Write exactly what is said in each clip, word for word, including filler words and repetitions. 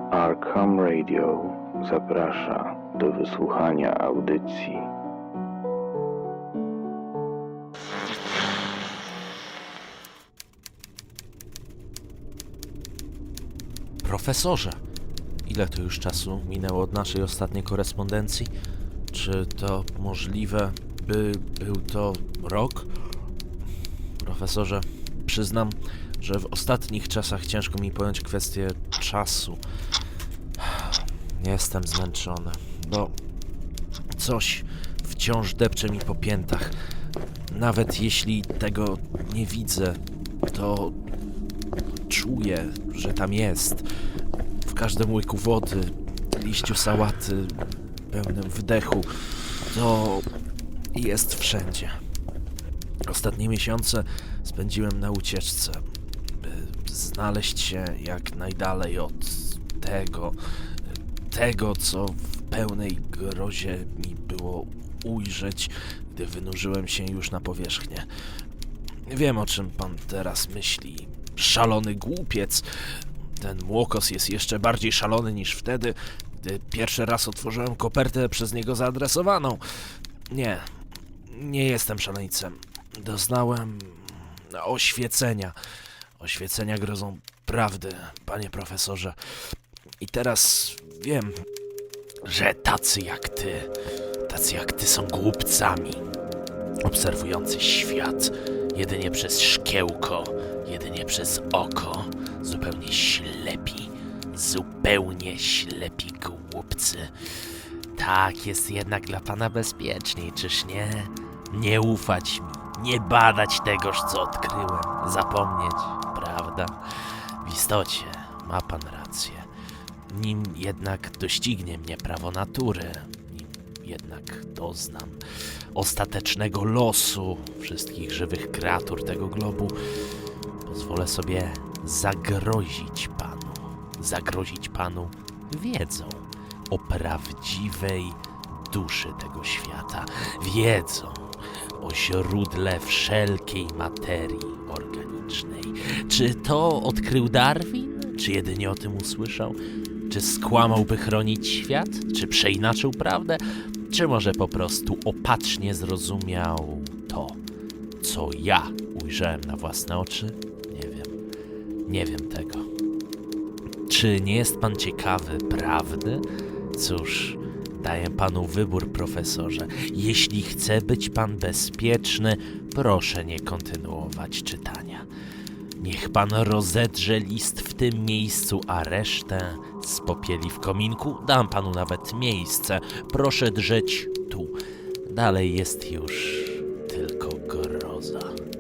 Arkham Radio zaprasza do wysłuchania audycji. Profesorze, ile to już czasu minęło od naszej ostatniej korespondencji? Czy to możliwe, by był to rok? Profesorze, przyznam, że w ostatnich czasach ciężko mi pojąć kwestię czasu. Jestem zmęczony, bo coś wciąż depcze mi po piętach. Nawet jeśli tego nie widzę, to czuję, że tam jest. W każdym łyku wody, liściu sałaty, pełnym wdechu, to jest wszędzie. Ostatnie miesiące spędziłem na ucieczce, by znaleźć się jak najdalej od tego, tego, co w pełnej grozie mi było ujrzeć, gdy wynurzyłem się już na powierzchnię. Wiem, o czym pan teraz myśli. Szalony głupiec. Ten młokos jest jeszcze bardziej szalony niż wtedy, gdy pierwszy raz otworzyłem kopertę przez niego zaadresowaną. Nie, nie jestem szaleńcem. Doznałem oświecenia. Oświecenia grozą prawdy, panie profesorze. I teraz wiem, że tacy jak ty, tacy jak ty są głupcami, obserwujący świat jedynie przez szkiełko, jedynie przez oko, zupełnie ślepi, zupełnie ślepi głupcy. Tak jest jednak dla pana bezpieczniej, czyż nie? Nie ufać mi, nie badać tegoż, co odkryłem, zapomnieć, prawda? W istocie ma pan rację. Nim jednak doścignie mnie prawo natury, nim jednak doznam ostatecznego losu wszystkich żywych kreatur tego globu, pozwolę sobie zagrozić panu, zagrozić panu wiedzą o prawdziwej duszy tego świata, wiedzą o źródle wszelkiej materii organicznej. Czy to odkrył Darwin? Czy jedynie o tym usłyszał? Czy skłamał, by chronić świat? Czy przeinaczył prawdę? Czy może po prostu opatrznie zrozumiał to, co ja ujrzałem na własne oczy? Nie wiem. Nie wiem tego. Czy nie jest pan ciekawy prawdy? Cóż, daję panu wybór, profesorze. Jeśli chce być pan bezpieczny, proszę nie kontynuować czytania. Niech pan rozedrze list w tym miejscu, a resztę spopieli w kominku. Dam panu nawet miejsce. Proszę drzeć tu. Dalej jest już tylko groza.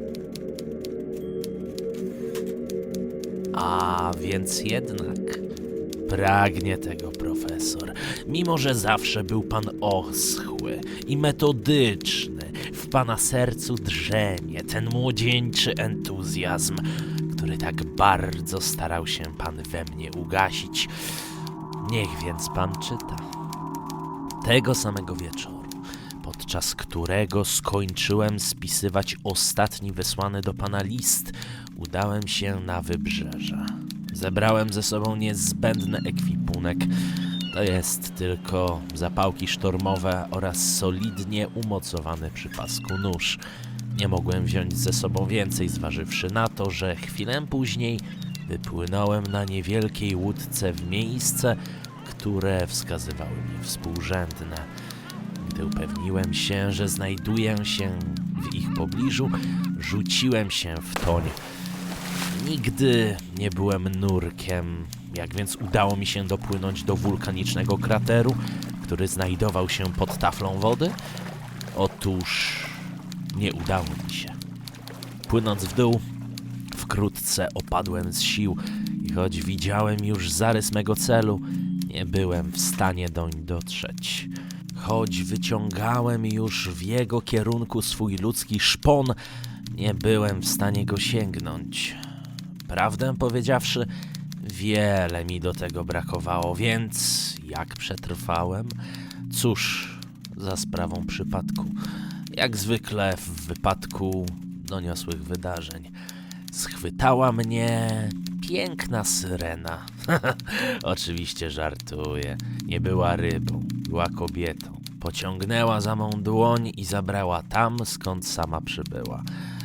A więc jednak pragnie tego profesor. Mimo że zawsze był pan oschły i metodyczny, w pana sercu drzemie ten młodzieńczy entuzjazm, który tak bardzo starał się pan we mnie ugasić. Niech więc pan czyta. Tego samego wieczoru, podczas którego skończyłem spisywać ostatni wysłany do pana list, udałem się na wybrzeże. Zebrałem ze sobą niezbędny ekwipunek, to jest tylko zapałki sztormowe oraz solidnie umocowany przy pasku nóż. Nie mogłem wziąć ze sobą więcej, zważywszy na to, że chwilę później wypłynąłem na niewielkiej łódce w miejsce, które wskazywały mi współrzędne. Gdy upewniłem się, że znajduję się w ich pobliżu, rzuciłem się w toń. Nigdy nie byłem nurkiem, jak więc udało mi się dopłynąć do wulkanicznego krateru, który znajdował się pod taflą wody? Otóż nie udało mi się. Płynąc w dół, wkrótce opadłem z sił i choć widziałem już zarys mego celu, nie byłem w stanie doń dotrzeć. Choć wyciągałem już w jego kierunku swój ludzki szpon, nie byłem w stanie go sięgnąć. Prawdę powiedziawszy, wiele mi do tego brakowało, więc jak przetrwałem? Cóż, za sprawą przypadku. Jak zwykle w wypadku doniosłych wydarzeń. Schwytała mnie piękna syrena. Oczywiście żartuję. Nie była rybą, była kobietą. Pociągnęła za mą dłoń i zabrała tam, skąd sama przybyła.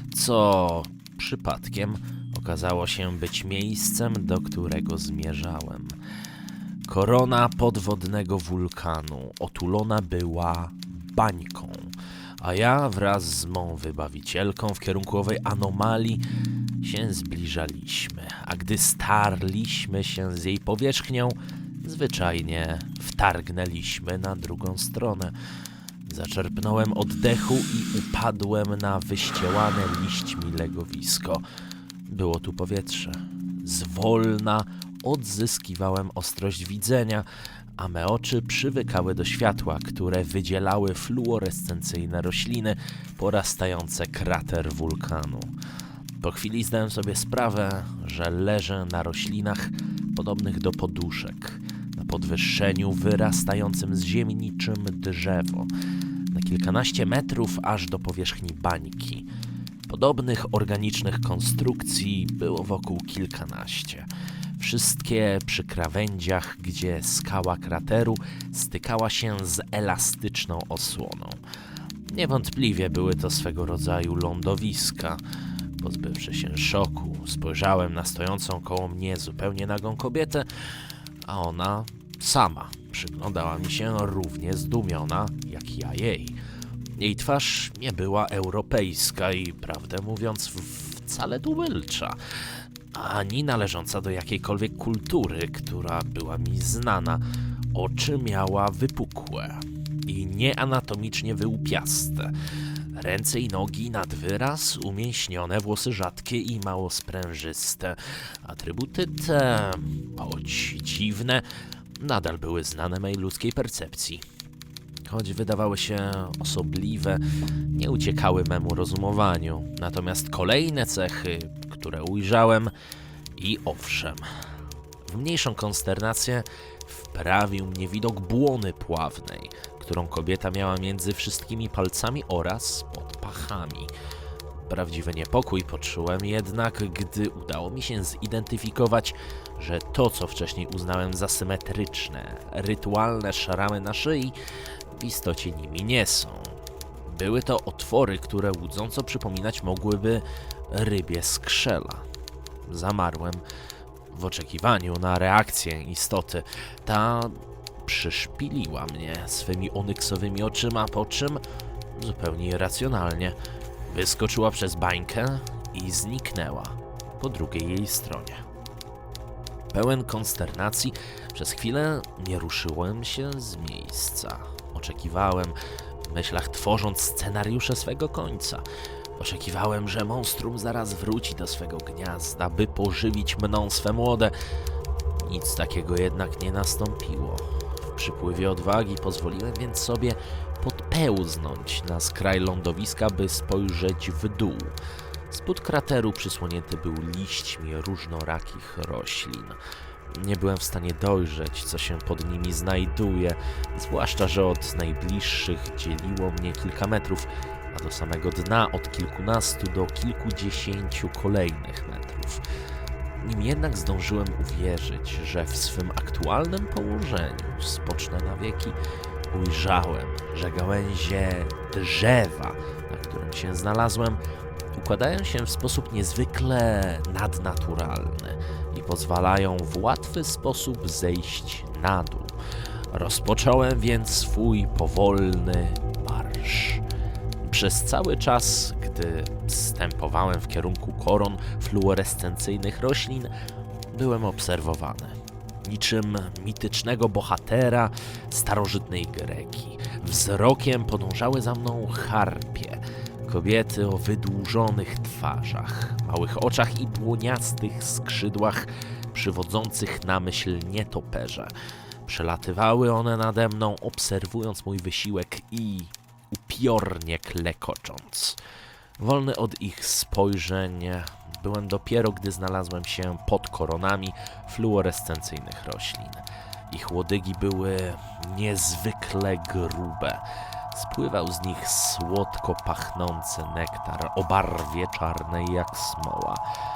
Co przypadkiem okazało się być miejscem, do którego zmierzałem. Korona podwodnego wulkanu otulona była bańką, a ja wraz z mą wybawicielką w kierunku owej anomalii się zbliżaliśmy, a gdy starliśmy się z jej powierzchnią, zwyczajnie wtargnęliśmy na drugą stronę. Zaczerpnąłem oddechu i upadłem na wyściełane liśćmi legowisko. Było tu powietrze. Zwolna odzyskiwałem ostrość widzenia, a me oczy przywykały do światła, które wydzielały fluorescencyjne rośliny porastające krater wulkanu. Po chwili zdałem sobie sprawę, że leżę na roślinach podobnych do poduszek, na podwyższeniu wyrastającym z ziemi niczym drzewo, na kilkanaście metrów aż do powierzchni bańki. Podobnych organicznych konstrukcji było wokół kilkanaście. Wszystkie przy krawędziach, gdzie skała krateru stykała się z elastyczną osłoną. Niewątpliwie były to swego rodzaju lądowiska. Pozbywszy się szoku, spojrzałem na stojącą koło mnie zupełnie nagą kobietę, a ona sama przyglądała mi się równie zdumiona, jak ja jej. Jej twarz nie była europejska i, prawdę mówiąc, wcale tubylcza, ani należąca do jakiejkolwiek kultury, która była mi znana. Oczy miała wypukłe i nieanatomicznie wyłupiaste. Ręce i nogi nad wyraz umięśnione, włosy rzadkie i mało sprężyste. Atrybuty te, choć dziwne, nadal były znane mej ludzkiej percepcji. Choć wydawały się osobliwe, nie uciekały memu rozumowaniu. Natomiast kolejne cechy, które ujrzałem, i owszem, w mniejszą konsternację wprawił mnie widok błony pławnej, którą kobieta miała między wszystkimi palcami oraz pod pachami. Prawdziwy niepokój poczułem jednak, gdy udało mi się zidentyfikować, że to, co wcześniej uznałem za symetryczne, rytualne szramy na szyi, w istocie nimi nie są. Były to otwory, które łudząco przypominać mogłyby rybie skrzela. Zamarłem w oczekiwaniu na reakcję istoty. Ta przyszpiliła mnie swymi onyksowymi oczyma, po czym zupełnie irracjonalnie wyskoczyła przez bańkę i zniknęła po drugiej jej stronie. Pełen konsternacji przez chwilę nie ruszyłem się z miejsca. Oczekiwałem, w myślach tworząc scenariusze swego końca. Oczekiwałem, że monstrum zaraz wróci do swego gniazda, by pożywić mną swe młode. Nic takiego jednak nie nastąpiło. W przypływie odwagi pozwoliłem więc sobie podpełznąć na skraj lądowiska, by spojrzeć w dół. Spód krateru przysłonięty był liśćmi różnorakich roślin. Nie byłem w stanie dojrzeć, co się pod nimi znajduje, zwłaszcza że od najbliższych dzieliło mnie kilka metrów, a do samego dna od kilkunastu do kilkudziesięciu kolejnych metrów. Nim jednak zdążyłem uwierzyć, że w swym aktualnym położeniu spocznę na wieki, ujrzałem, że gałęzie drzewa, na którym się znalazłem, układają się w sposób niezwykle nadnaturalny i pozwalają w łatwy sposób zejść na dół. Rozpocząłem więc swój powolny marsz. Przez cały czas, gdy stępowałem w kierunku koron fluorescencyjnych roślin, byłem obserwowany. Niczym mitycznego bohatera starożytnej Greki. Wzrokiem podążały za mną harpie, kobiety o wydłużonych twarzach, małych oczach i dłoniastych skrzydłach przywodzących na myśl nietoperze. Przelatywały one nade mną, obserwując mój wysiłek i upiornie klekocząc. Wolny od ich spojrzeń byłem dopiero, gdy znalazłem się pod koronami fluorescencyjnych roślin. Ich łodygi były niezwykle grube. Spływał z nich słodko pachnący nektar o barwie czarnej jak smoła.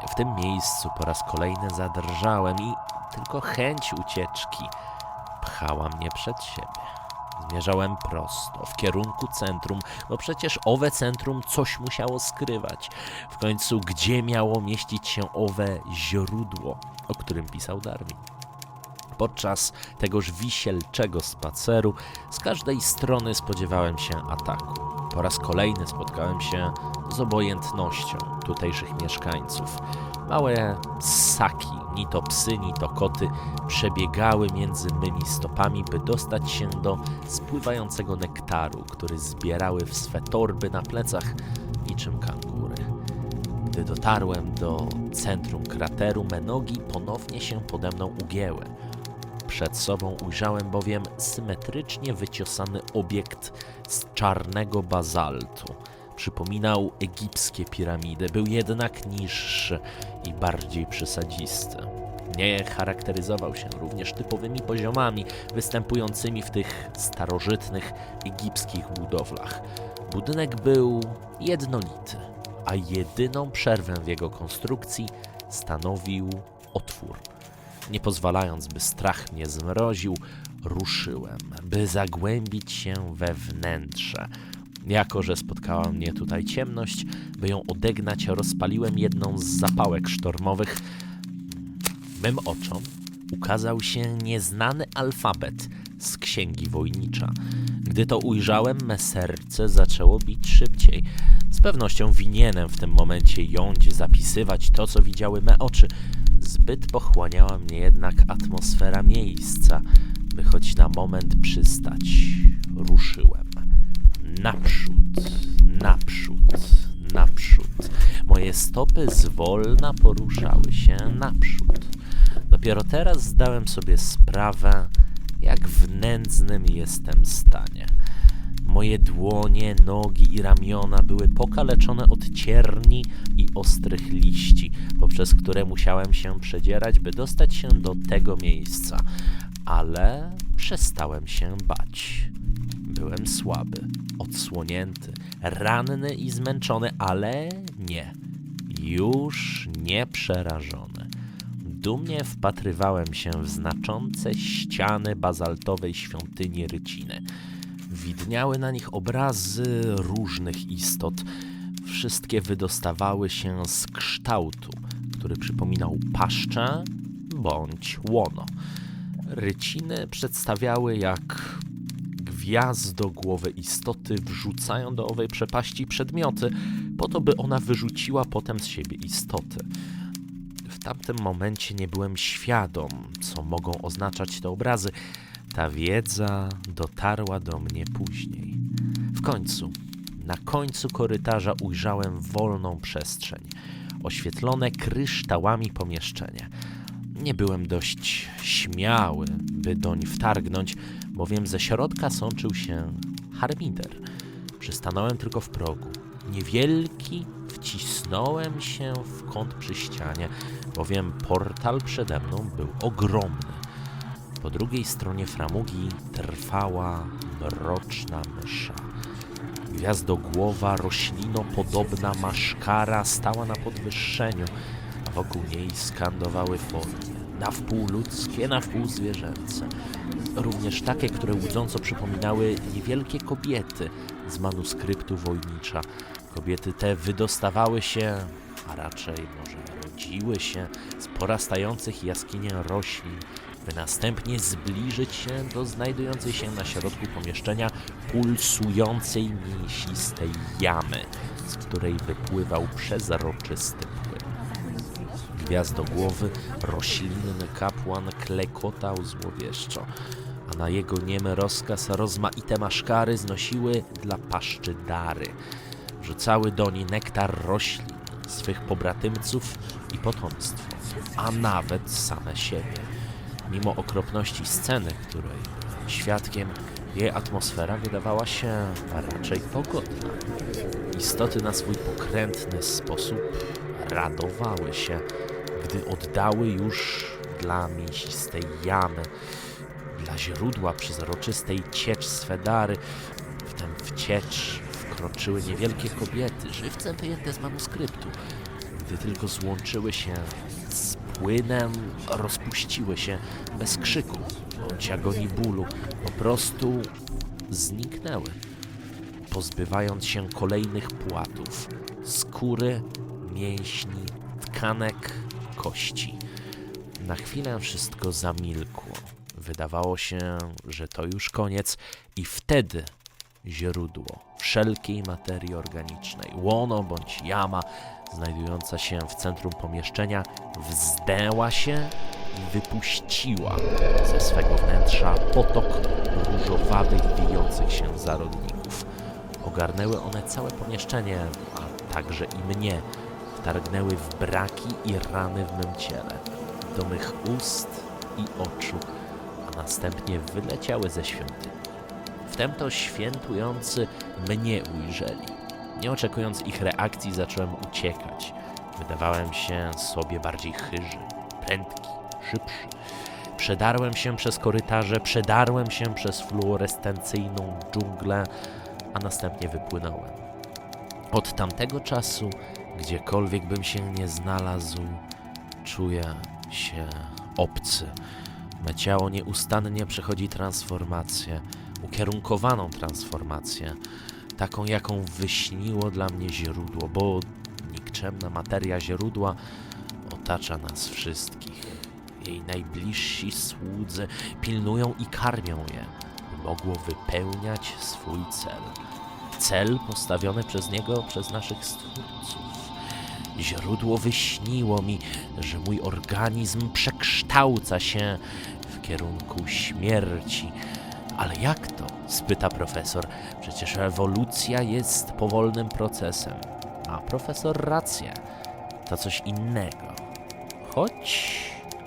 W tym miejscu po raz kolejny zadrżałem i tylko chęć ucieczki pchała mnie przed siebie. Zmierzałem prosto, w kierunku centrum, bo przecież owe centrum coś musiało skrywać. W końcu gdzie miało mieścić się owe źródło, o którym pisał Darwin? Podczas tegoż wisielczego spaceru z każdej strony spodziewałem się ataku. Po raz kolejny spotkałem się z obojętnością tutejszych mieszkańców. Małe ssaki, ni to psy, ni to koty, przebiegały między mymi stopami, by dostać się do spływającego nektaru, który zbierały w swe torby na plecach niczym kangury. Gdy dotarłem do centrum krateru, me nogi ponownie się pode mną ugięły. Przed sobą ujrzałem bowiem symetrycznie wyciosany obiekt z czarnego bazaltu. Przypominał egipskie piramidy, był jednak niższy i bardziej przesadzisty. Nie charakteryzował się również typowymi poziomami występującymi w tych starożytnych egipskich budowlach. Budynek był jednolity, a jedyną przerwę w jego konstrukcji stanowił otwór. Nie pozwalając, by strach mnie zmroził, ruszyłem, by zagłębić się we wnętrze. Jako że spotkała mnie tutaj ciemność, by ją odegnać, rozpaliłem jedną z zapałek sztormowych. Mym oczom ukazał się nieznany alfabet z księgi wojnicza. Gdy to ujrzałem, me serce zaczęło bić szybciej. Z pewnością winienem w tym momencie jąć, zapisywać to, co widziały me oczy. Zbyt pochłaniała mnie jednak atmosfera miejsca, by choć na moment przystać. Ruszyłem. Naprzód, naprzód, naprzód. Moje stopy zwolna poruszały się naprzód. Dopiero teraz zdałem sobie sprawę, jak w nędznym jestem stanie. Moje dłonie, nogi i ramiona były pokaleczone od cierni i ostrych liści, poprzez które musiałem się przedzierać, by dostać się do tego miejsca. Ale przestałem się bać. Byłem słaby, odsłonięty, ranny i zmęczony, ale nie, już nie przerażony. Dumnie wpatrywałem się w znaczące ściany bazaltowej świątyni Ryciny. Widniały na nich obrazy różnych istot. Wszystkie wydostawały się z kształtu, który przypominał paszczę bądź łono. Ryciny przedstawiały, jak gwiazdogłowe istoty wrzucają do owej przepaści przedmioty, po to, by ona wyrzuciła potem z siebie istoty. W tamtym momencie nie byłem świadom, co mogą oznaczać te obrazy. Ta wiedza dotarła do mnie później. W końcu, na końcu korytarza ujrzałem wolną przestrzeń, oświetlone kryształami pomieszczenie. Nie byłem dość śmiały, by doń wtargnąć, bowiem ze środka sączył się harmider. Przystanąłem tylko w progu. Niewielki, wcisnąłem się w kąt przy ścianie, bowiem portal przede mną był ogromny. Po drugiej stronie framugi trwała mroczna msza. Gwiazdogłowa, roślinopodobna maszkara stała na podwyższeniu, a wokół niej skandowały formy, na wpół ludzkie, na wpół zwierzęce. Również takie, które łudząco przypominały niewielkie kobiety z manuskryptu wojnicza. Kobiety te wydostawały się, a raczej może rodziły się z porastających jaskinię roślin, by następnie zbliżyć się do znajdującej się na środku pomieszczenia pulsującej mięsistej jamy, z której wypływał przezroczysty płyn. Gwiazdogłowy, roślinny kapłan klekotał złowieszczo, a na jego niemy rozkaz rozmaite maszkary znosiły dla paszczy dary. Wrzucały doń nektar roślin, swych pobratymców i potomstwo, a nawet same siebie. Mimo okropności sceny, której świadkiem, jej atmosfera wydawała się raczej pogodna. Istoty na swój pokrętny sposób radowały się, gdy oddały już dla mięsistej jamy, dla źródła przezroczystej ciecz swe dary. Wtem w ciecz wkroczyły niewielkie kobiety, żywcem wyjęte z manuskryptu. Gdy tylko złączyły się z płynem, rozpuściły się bez krzyku bądź agonii bólu. Po prostu zniknęły, pozbywając się kolejnych płatów, skóry, mięśni, tkanek, kości. Na chwilę wszystko zamilkło. Wydawało się, że to już koniec i wtedy źródło wszelkiej materii organicznej, łono bądź jama znajdująca się w centrum pomieszczenia, wzdęła się i wypuściła ze swego wnętrza potok różowawych, wijących się zarodników. Ogarnęły one całe pomieszczenie, a także i mnie. Wtargnęły w braki i rany w mym ciele, do mych ust i oczu, a następnie wyleciały ze świątyni. Wtem to świętujący mnie ujrzeli. Nie oczekując ich reakcji, zacząłem uciekać. Wydawałem się sobie bardziej chyży, prędki, szybszy. Przedarłem się przez korytarze, przedarłem się przez fluorescencyjną dżunglę, a następnie wypłynąłem. Od tamtego czasu, gdziekolwiek bym się nie znalazł, czuję się obcy. Me ciało nieustannie przechodzi transformację, ukierunkowaną transformację, taką jaką wyśniło dla mnie źródło, bo nikczemna materia źródła otacza nas wszystkich. Jej najbliżsi słudzy pilnują i karmią je, by mogło wypełniać swój cel. Cel postawiony przez niego, przez naszych stwórców. Źródło wyśniło mi, że mój organizm przekształca się w kierunku śmierci. Ale jak to? Spyta profesor. Przecież ewolucja jest powolnym procesem. Ma profesor rację. To coś innego. Choć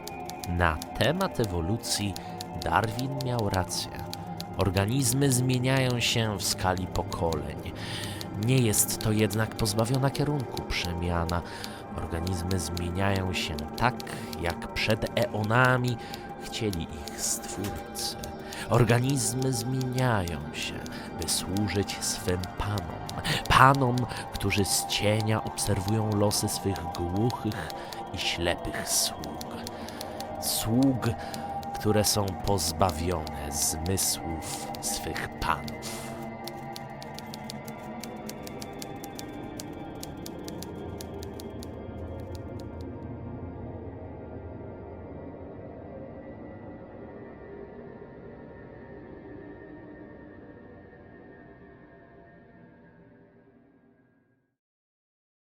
na temat ewolucji Darwin miał rację. Organizmy zmieniają się w skali pokoleń. Nie jest to jednak pozbawiona kierunku przemiana. Organizmy zmieniają się tak, jak przed eonami chcieli ich stwórcy. Organizmy zmieniają się, by służyć swym panom. Panom, którzy z cienia obserwują losy swych głuchych i ślepych sług. Sług, które są pozbawione zmysłów swych panów.